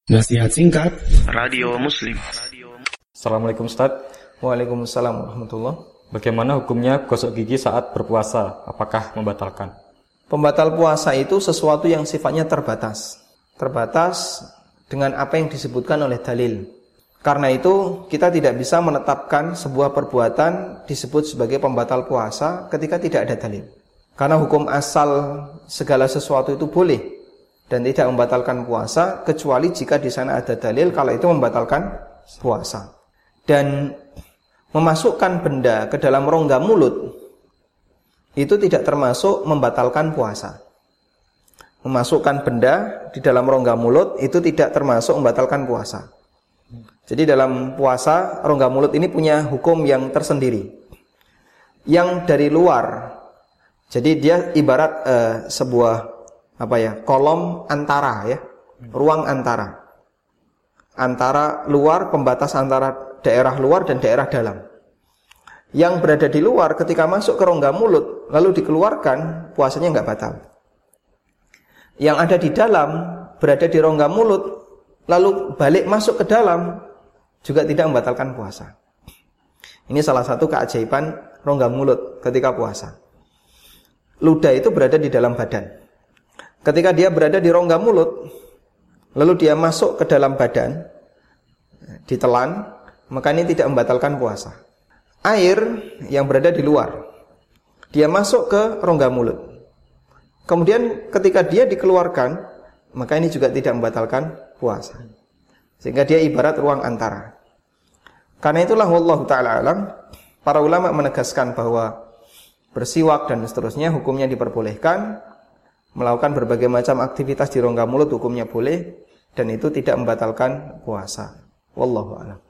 Nasihat singkat Radio Muslim. Assalamualaikum Ustaz. Waalaikumsalam warahmatullahi. Bagaimana hukumnya gosok gigi saat berpuasa? Apakah membatalkan? Pembatal puasa itu sesuatu yang sifatnya terbatas. Terbatas dengan apa yang disebutkan oleh dalil. Karena itu kita tidak bisa menetapkan sebuah perbuatan disebut sebagai pembatal puasa ketika tidak ada dalil. Karena hukum asal segala sesuatu itu boleh dan tidak membatalkan puasa kecuali jika di sana ada dalil kalau itu membatalkan puasa. Dan memasukkan benda ke dalam rongga mulut itu tidak termasuk membatalkan puasa. Memasukkan benda di dalam rongga mulut itu tidak termasuk membatalkan puasa. Jadi dalam puasa rongga mulut ini punya hukum yang tersendiri. Yang dari luar, jadi dia ibarat sebuah kolom antara ya, ruang antara luar, pembatas antara daerah luar dan daerah dalam. Yang berada di luar ketika masuk ke rongga mulut lalu dikeluarkan, puasanya nggak batal. Yang ada di dalam berada di rongga mulut lalu balik masuk ke dalam juga tidak membatalkan puasa. Ini salah satu keajaiban rongga mulut ketika puasa. Ludah itu berada di dalam badan. Ketika dia berada di rongga mulut, lalu dia masuk ke dalam badan, ditelan, maka ini tidak membatalkan puasa. Air yang berada di luar, dia masuk ke rongga mulut. Kemudian ketika dia dikeluarkan, maka ini juga tidak membatalkan puasa. Sehingga dia ibarat ruang antara. Karena itulah wallahu ta'ala alam, para ulama menegaskan bahwa bersiwak dan seterusnya hukumnya diperbolehkan. Melakukan berbagai macam aktivitas di rongga mulut hukumnya boleh dan itu tidak membatalkan puasa. Wallahu a'lam.